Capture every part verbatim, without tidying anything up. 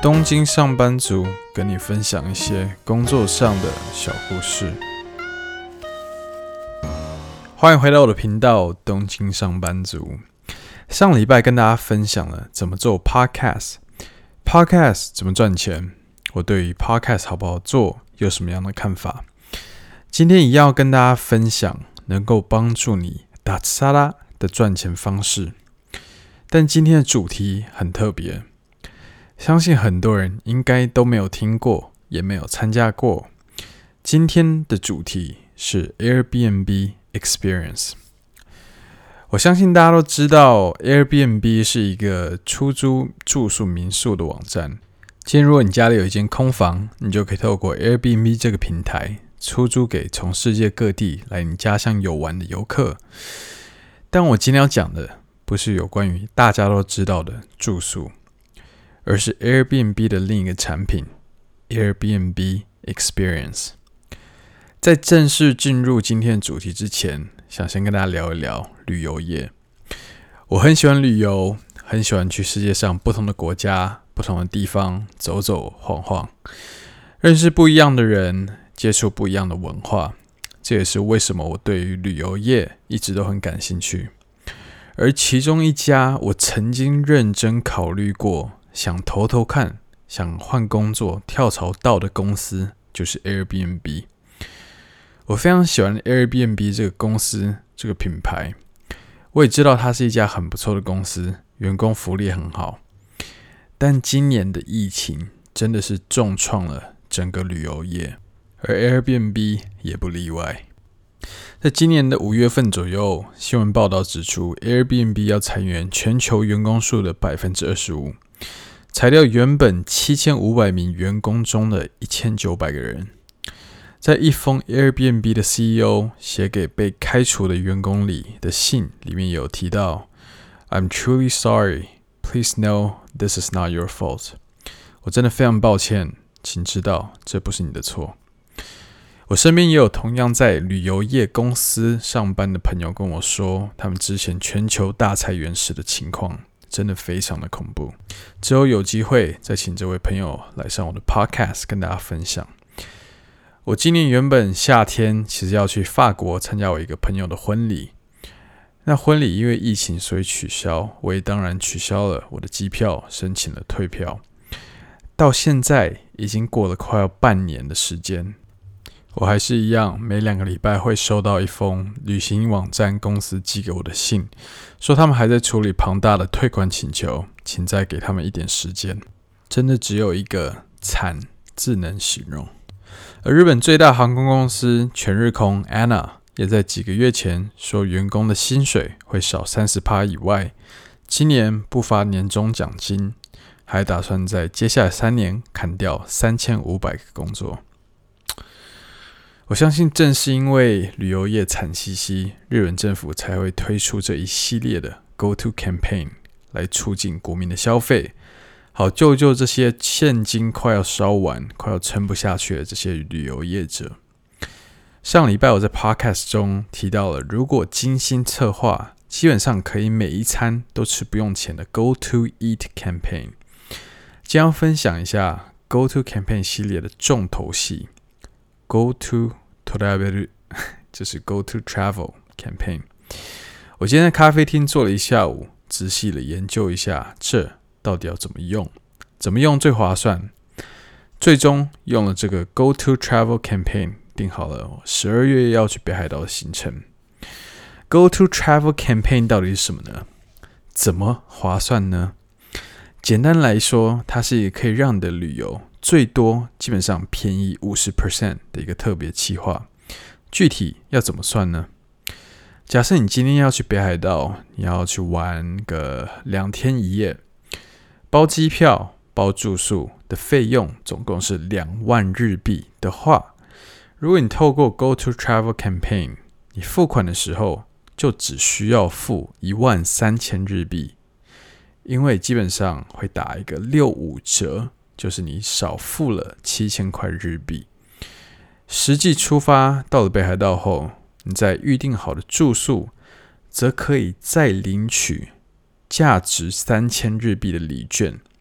东京上班族跟你分享一些工作上的小故事。欢迎回到我的频道东京上班族。上礼拜跟大家分享了怎么做 podcast， podcast 怎么赚钱，我对于 podcast 好不好做有什么样的看法。今天一样要跟大家分享能够帮助你打沙拉的赚钱方式。但今天的主题很特别，相信很多人应该都没有听过，也没有参加过。今天的主题是 Airbnb Experience。我相信大家都知道 Airbnb 是一个出租住宿民宿的网站。今天如果你家里有一间空房，你就可以透过 Airbnb 这个平台出租给从世界各地来你家乡游玩的游客。但我今天要讲的不是有关于大家都知道的住宿，而是 Airbnb 的另一个产品 Airbnb Experience。 在正式进入今天的主题之前，想先跟大家聊一聊旅游业。我很喜欢旅游，很喜欢去世界上不同的国家、不同的地方走走晃晃，认识不一样的人，接触不一样的文化。这也是为什么我对于旅游业一直都很感兴趣。而其中一家我曾经认真考虑过想投投看，想换工作跳槽到的公司就是 Airbnb。 我非常喜欢 Airbnb 这个公司，这个品牌。我也知道它是一家很不错的公司，员工福利很好。但今年的疫情真的是重创了整个旅游业，而 Airbnb 也不例外。在今年的五月份左右，新闻报道指出 Airbnb 要裁员全球员工数的 百分之二十五， 裁掉原本七千五百名员工中的一千九百个人。在一封 Airbnb 的 C E O 写给被开除的员工里的信里面有提到 I'm truly sorry, please know this is not your fault。 我真的非常抱歉，请知道这不是你的错。我身边也有同样在旅游业公司上班的朋友跟我说，他们之前全球大裁员时的情况真的非常的恐怖。之后有机会再请这位朋友来上我的 podcast 跟大家分享。我今年原本夏天其实要去法国参加我一个朋友的婚礼，那婚礼因为疫情所以取消，我也当然取消了我的机票，申请了退票。到现在已经过了快要半年的时间，我还是一样每两个礼拜会收到一封旅行网站公司寄给我的信，说他们还在处理庞大的退款请求，请再给他们一点时间。真的只有一个惨字能形容。而日本最大航空公司全日空 A N A 也在几个月前说员工的薪水会少 百分之三十 以外，今年不发年终奖金，还打算在接下来三年砍掉三千五百个工作。我相信正是因为旅游业惨兮兮，日本政府才会推出这一系列的 Go To Campaign 来促进国民的消费，好救救这些现金快要烧完、快要撑不下去的这些旅游业者。上礼拜我在 podcast 中提到了，如果精心策划，基本上可以每一餐都吃不用钱的 Go To Eat Campaign。 今天要分享一下 Go To Campaign 系列的重头戏Go to Travel 就是 Go to Travel Campaign。 我今天在咖啡厅坐了一下午，仔细的研究一下这到底要怎么用，怎么用最划算。最终用了这个 Go to Travel Campaign， 定好了十二月要去北海道的行程。 Go to Travel Campaign 到底是什么呢？怎么划算呢？简单来说，它是一个可以让你的旅游最多基本上便宜 百分之五十 的一个特别企划。具体要怎么算呢？假设你今天要去北海道，你要去玩个两天一夜，包机票包住宿的费用总共是两万日币的话，如果你透过 Go to Travel Campaign， 你付款的时候就只需要付一万三千日币，因为基本上会打一个六五折，就是你少付了七千块日币。实际出发到了北海道后，你在预定好的住宿，则可以再领取价值三千日币的礼券，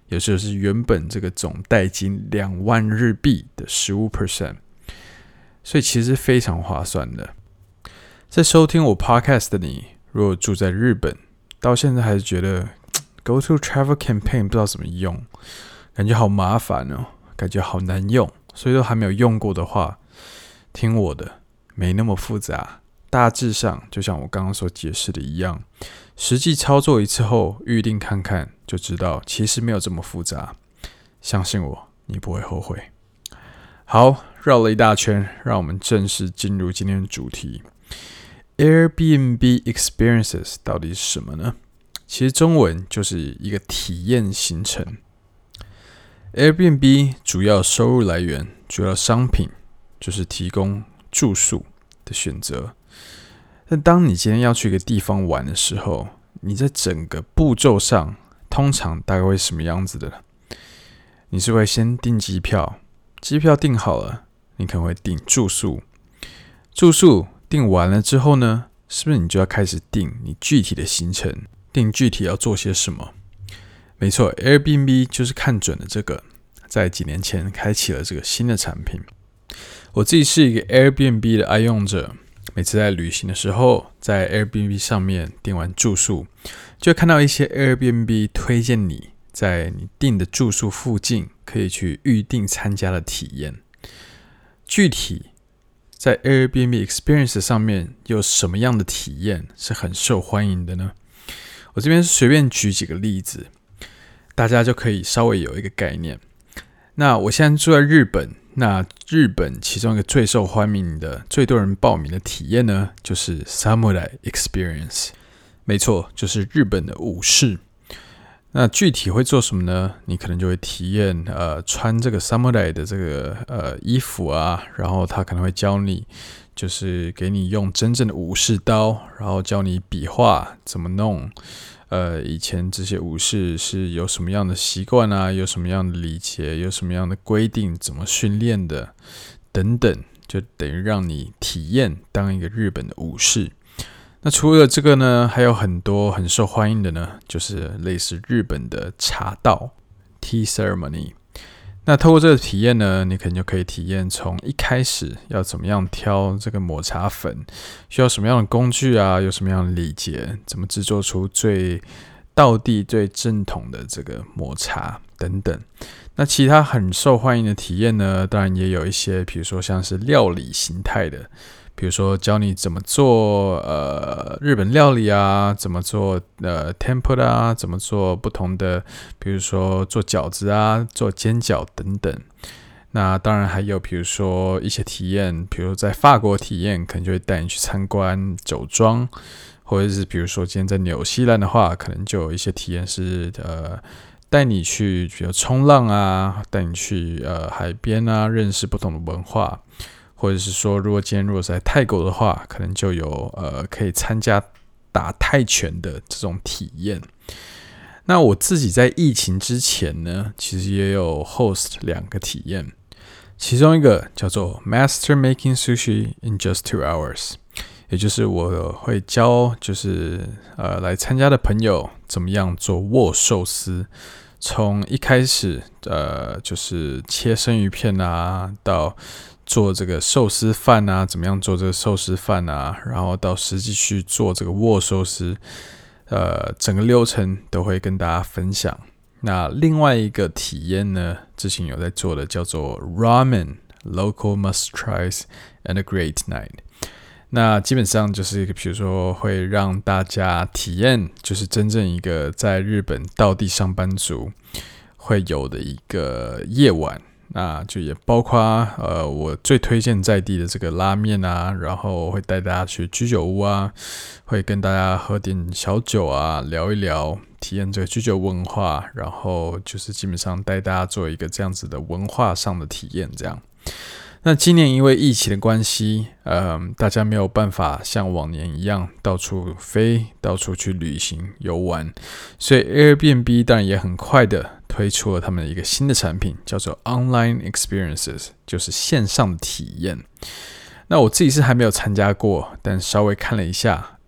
也就是原本这个总代金两万日币的 百分之十五， 所以其实非常划算的。在收听我 podcast 的你，如果住在日本，到现在还是觉得 Go to travel campaign 不知道怎么用，感觉好麻烦哦，感觉好难用，所以都还没有用过的话，听我的，没那么复杂，大致上就像我刚刚所解释的一样，实际操作一次后，预定看看就知道，其实没有这么复杂，相信我，你不会后悔。好，绕了一大圈，让我们正式进入今天的主题。Airbnb experiences 到底是什么呢？其实中文就是一个体验行程。Airbnb 主要收入来源、主要商品就是提供住宿的选择。但当你今天要去一个地方玩的时候，你在整个步骤上通常大概会是什么样子的？你是会先订机票，机票订好了，你可能会订住宿，住宿订完了之后呢，是不是你就要开始订你具体的行程，订具体要做些什么？没错 ，Airbnb 就是看准了这个，在几年前开启了这个新的产品。我自己是一个 Airbnb 的爱用者，每次在旅行的时候，在 Airbnb 上面订完住宿，就会看到一些 Airbnb 推荐你在你订的住宿附近可以去预定参加的体验。具体在 Airbnb Experience 上面有什么样的体验是很受欢迎的呢？我这边随便举几个例子，大家就可以稍微有一个概念。那我现在住在日本，那日本其中一个最受欢迎的、最多人报名的体验呢，就是 Samurai Experience。没错，就是日本的武士。那具体会做什么呢？你可能就会体验呃穿这个 samurai 的这个呃衣服啊，然后他可能会教你，就是给你用真正的武士刀，然后教你笔画怎么弄。呃，以前这些武士是有什么样的习惯啊，有什么样的礼节，有什么样的规定，怎么训练的等等，就等于让你体验当一个日本的武士。那除了这个呢，还有很多很受欢迎的呢，就是类似日本的茶道 Tea Ceremony。那透过这个体验呢，你可能就可以体验从一开始要怎么样挑这个抹茶粉，需要什么样的工具啊，有什么样的礼节，怎么制作出最道地、最正统的这个抹茶等等。那其他很受欢迎的体验呢，当然也有一些，比如说像是料理形态的。比如说教你怎么做呃日本料理啊，怎么做呃 tempura 啊，怎么做不同的，比如说做饺子啊，做煎饺等等。那当然还有比如说一些体验，比如在法国体验，可能就会带你去参观酒庄，或者是比如说今天在纽西兰的话，可能就有一些体验是呃带你去比如冲浪啊，带你去呃海边啊，认识不同的文化。或者是说，如果今天如果是在泰国的话，可能就有呃可以参加打泰拳的这种体验。那我自己在疫情之前呢，其实也有 host 两个体验，其中一个叫做 Master Making Sushi in Just Two Hours， 也就是我会教就是呃来参加的朋友怎么样做握寿司。从一开始呃就是切生鱼片啊，到做这个寿司饭啊，怎么样做这个寿司饭啊，然后到实际去做这个握寿司，呃，整个流程都会跟大家分享。那另外一个体验呢，之前有在做的叫做 Ramen Local Must Tries and a Great Night。那基本上就是一个，比如说会让大家体验，就是真正一个在日本道地上班族会有的一个夜晚。那就也包括呃，我最推荐在地的这个拉面啊，然后会带大家去居酒屋啊，会跟大家喝点小酒啊，聊一聊，体验这个居酒文化，然后就是基本上带大家做一个这样子的文化上的体验，这样。那今年因为疫情的关系，呃，大家没有办法像往年一样到处飞、到处去旅行游玩，所以 Airbnb 当然也很快的推出了他们的一个新的产品，叫做 Online Experiences， 就是线上的体验。那我自己是还没有参加过，但稍微看了一下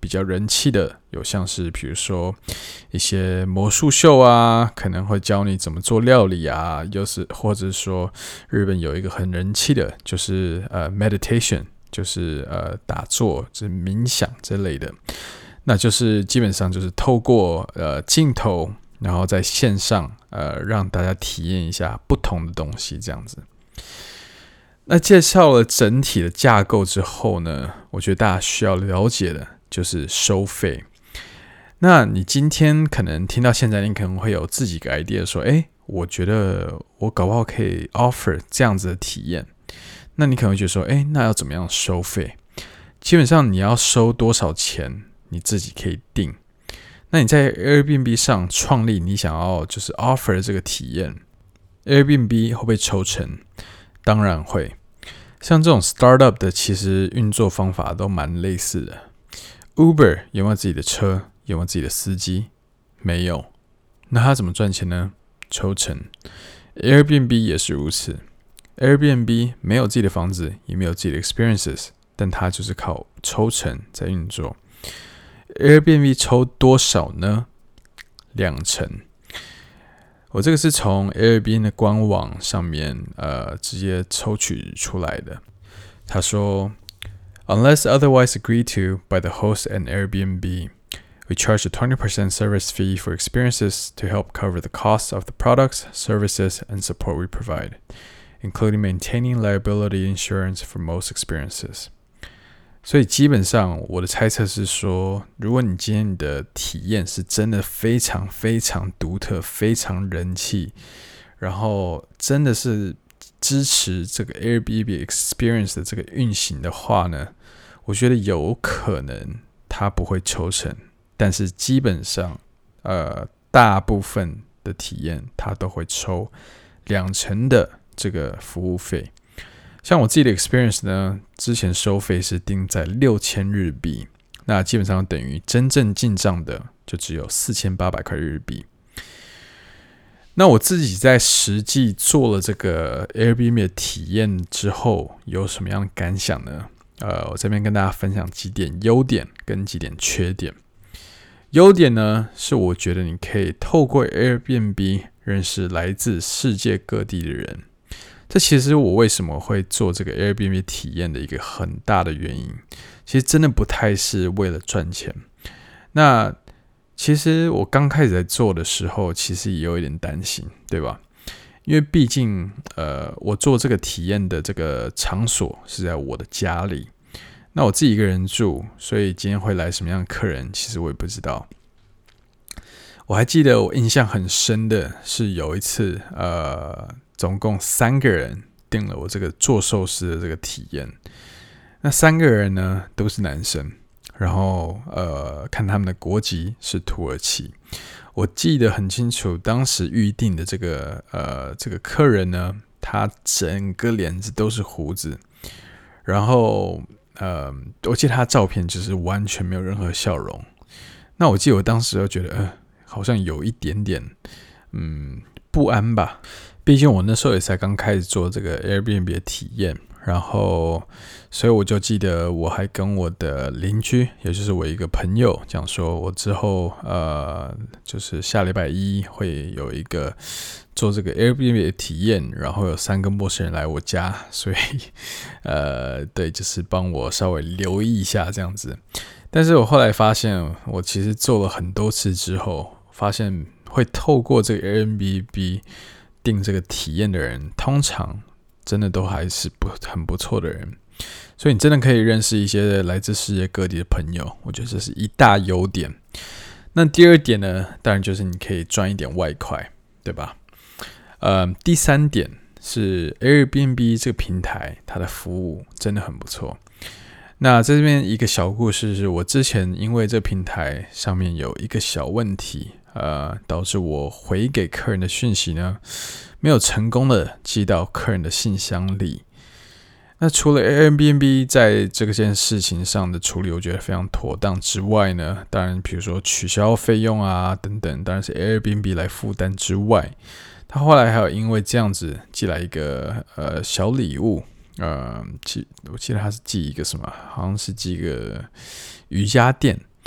比较人气的有像是比如说一些魔术秀啊，可能会教你怎么做料理啊，又是或者说日本有一个很人气的，就是呃 meditation， 就是呃打坐，就是冥想之类的。那就是基本上就是透过呃镜头，然后在线上呃让大家体验一下不同的东西这样子。那介绍了整体的架构之后呢，我觉得大家需要了解的就是收费。那你今天可能听到现在，你可能会有自己的 idea 说，哎，我觉得我搞不好可以 offer 这样子的体验。那你可能会觉得说，哎，那要怎么样收费？基本上你要收多少钱，你自己可以定。那你在 Airbnb 上创立你想要就是 offer 的这个体验 ，Airbnb 会不会抽成？当然会。像这种 startup 的，其实运作方法都蛮类似的。Uber 有没有自己的车？有没有自己的司机？没有。那他怎么赚钱呢？抽成。Airbnb 也是如此。Airbnb 没有自己的房子，也没有自己的 experiences， 但它就是靠抽成在运作。Airbnb 抽多少呢？两成。我这个是从 Airbnb 的官网上面呃直接抽取出来的。他说 ，Unless otherwise agreed to by the host and Airbnb, we charge a twenty percent service fee for experiences to help cover the costs of the products, services, and support we provide, including maintaining liability insurance for most experiences. 所以基本上我的猜测是说，如果你今天你的体验是真的非常非常独特，非常人气，然后真的是支持这个 Airbnb experience 的这个运行的话呢，我觉得有可能它不会抽成，但是基本上呃大部分的体验它都会抽两成的这个服务费。像我自己的 experience 呢，之前收费是定在六千日币，那基本上等于真正进账的就只有四千八百块日币。那我自己在实际做了这个 Airbnb 的体验之后，有什么样的感想呢？呃，我这边跟大家分享几点优点跟几点缺点。优点呢，是我觉得你可以透过 Airbnb 认识来自世界各地的人。这其实我为什么会做这个 Airbnb 体验的一个很大的原因，其实真的不太是为了赚钱。那其实我刚开始在做的时候，其实也有一点担心，对吧？因为毕竟，呃，我做这个体验的这个场所是在我的家里，那我自己一个人住，所以今天会来什么样的客人，其实我也不知道。我还记得我印象很深的是有一次，呃。总共三个人订了我这个做寿司的这个体验，那三个人呢都是男生，然后呃看他们的国籍是土耳其。我记得很清楚，当时预定的这个呃这个客人呢，他整个脸子都是胡子，然后呃我记得他照片就是完全没有任何笑容。那我记得我当时就觉得，呃好像有一点点嗯不安吧。毕竟我那时候也才刚开始做这个 Airbnb 的体验，然后所以我就记得我还跟我的邻居，也就是我一个朋友讲说，我之后呃就是下礼拜一会有一个做这个 Airbnb 的体验，然后有三个陌生人来我家，所以呃对，就是帮我稍微留意一下这样子。但是我后来发现，我其实做了很多次之后，发现会透过这个 Airbnb订这个体验的人，通常真的都还是不很不错的人，所以你真的可以认识一些来自世界各地的朋友，我觉得这是一大优点。那第二点呢，当然就是你可以赚一点外快，对吧？呃，第三点是 Airbnb 这个平台，它的服务真的很不错。那在这边一个小故事是，我之前因为这个平台上面有一个小问题。呃，导致我回给客人的讯息呢，没有成功的寄到客人的信箱里。那除了 Airbnb 在这件事情上的处理，我觉得非常妥当之外呢，当然，比如说取消费用啊等等，当然是 Airbnb 来负担之外，他后来还有因为这样子寄来一个呃小礼物，呃，寄我记得他是寄一个什么，好像是寄一个瑜伽垫。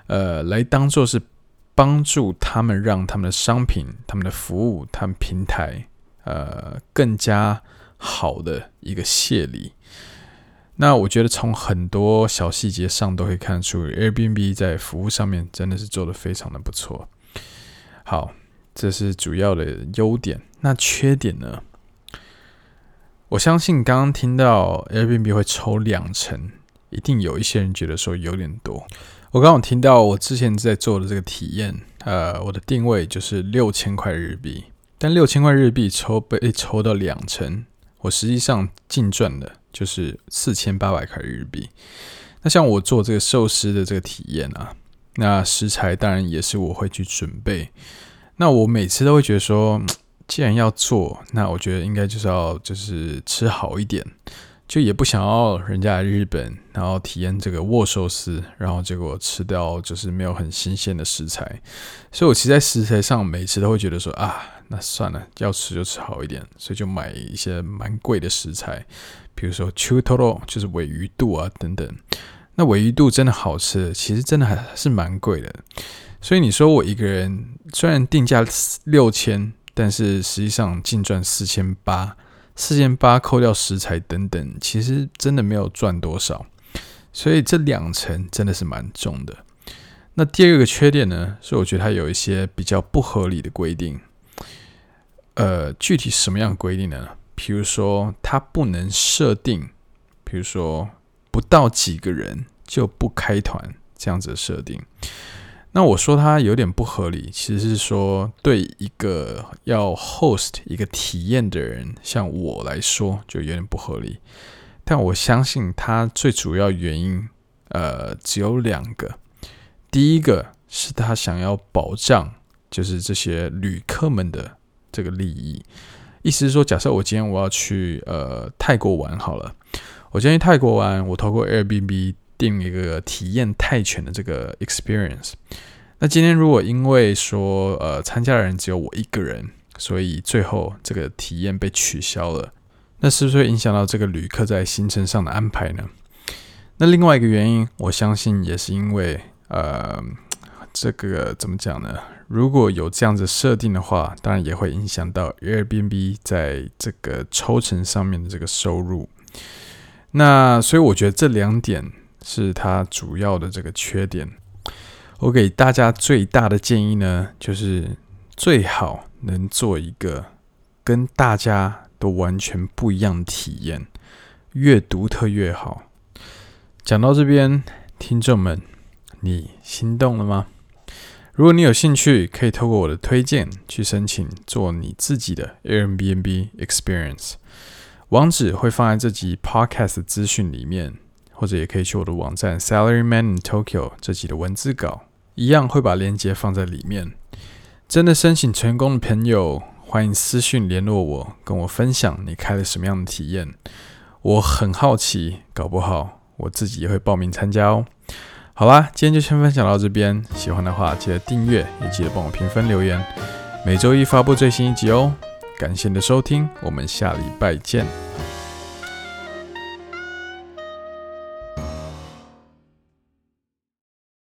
呃，来当做是帮助他们让他们的商品、他们的服务、他们平台，呃，更加好的一个谢礼。那我觉得从很多小细节上都可以看出 Airbnb 在服务上面真的是做得非常的不错。好，这是主要的优点。那缺点呢？我相信刚刚听到 Airbnb 会抽两成，一定有一些人觉得说有点多。我刚刚有听到我之前在做的这个体验，呃，我的定位就是六千块日币，但六千块日币抽被抽到两成，我实际上净赚的就是四千八百块日币。那像我做这个寿司的这个体验啊，那食材当然也是我会去准备。那我每次都会觉得说，既然要做，那我觉得应该就是要就是吃好一点。就也不想要人家来日本，然后体验这个握寿司，然后结果吃到就是没有很新鲜的食材，所以我其实在食材上每次都会觉得说啊，那算了，要吃就吃好一点，所以就买一些蛮贵的食材，比如说 chutoro 就是鲔鱼肚啊等等。那鲔鱼肚真的好吃，其实真的还是蛮贵的，所以你说我一个人虽然定价六千，但是实际上净赚四千八。四千八扣掉食材等等，其实真的没有赚多少，所以这两成真的是蛮重的。那第二个缺点呢，是我觉得它有一些比较不合理的规定。呃，具体什么样的规定呢？比如说，它不能设定，比如说不到几个人就不开团这样子的设定。那我说它有点不合理，其实是说对一个要 host 一个体验的人，像我来说就有点不合理。但我相信它最主要原因，呃，只有两个。第一个是他想要保障，就是这些旅客们的这个利益。意思是说，假设我今天我要去呃泰国玩好了，我今天去泰国玩，我透过 Airbnb。定一个体验泰拳的这个 experience。那今天如果因为说呃参加的人只有我一个人，所以最后这个体验被取消了，那是不是会影响到这个旅客在行程上的安排呢？那另外一个原因，我相信也是因为呃这个怎么讲呢？如果有这样子设定的话，当然也会影响到 Airbnb 在这个抽成上面的这个收入。那所以我觉得这两点是它主要的这个缺点。我给大家最大的建议呢，就是最好能做一个跟大家都完全不一样的体验，越独特越好。讲到这边，听众们，你心动了吗？如果你有兴趣，可以透过我的推荐去申請做你自己的 Airbnb experience。网址会放在这集 podcast 的资讯里面，或者也可以去我的网站 Salaryman in Tokyo 这集的文字稿，一样会把链接放在里面。真的申请成功的朋友，欢迎私讯联络我，跟我分享你开了什么样的体验。我很好奇，搞不好我自己也会报名参加哦。好啦，今天就先分享到这边，喜欢的话记得订阅，也记得帮我评分留言。每周一发布最新一集哦。感谢你的收听，我们下礼拜见。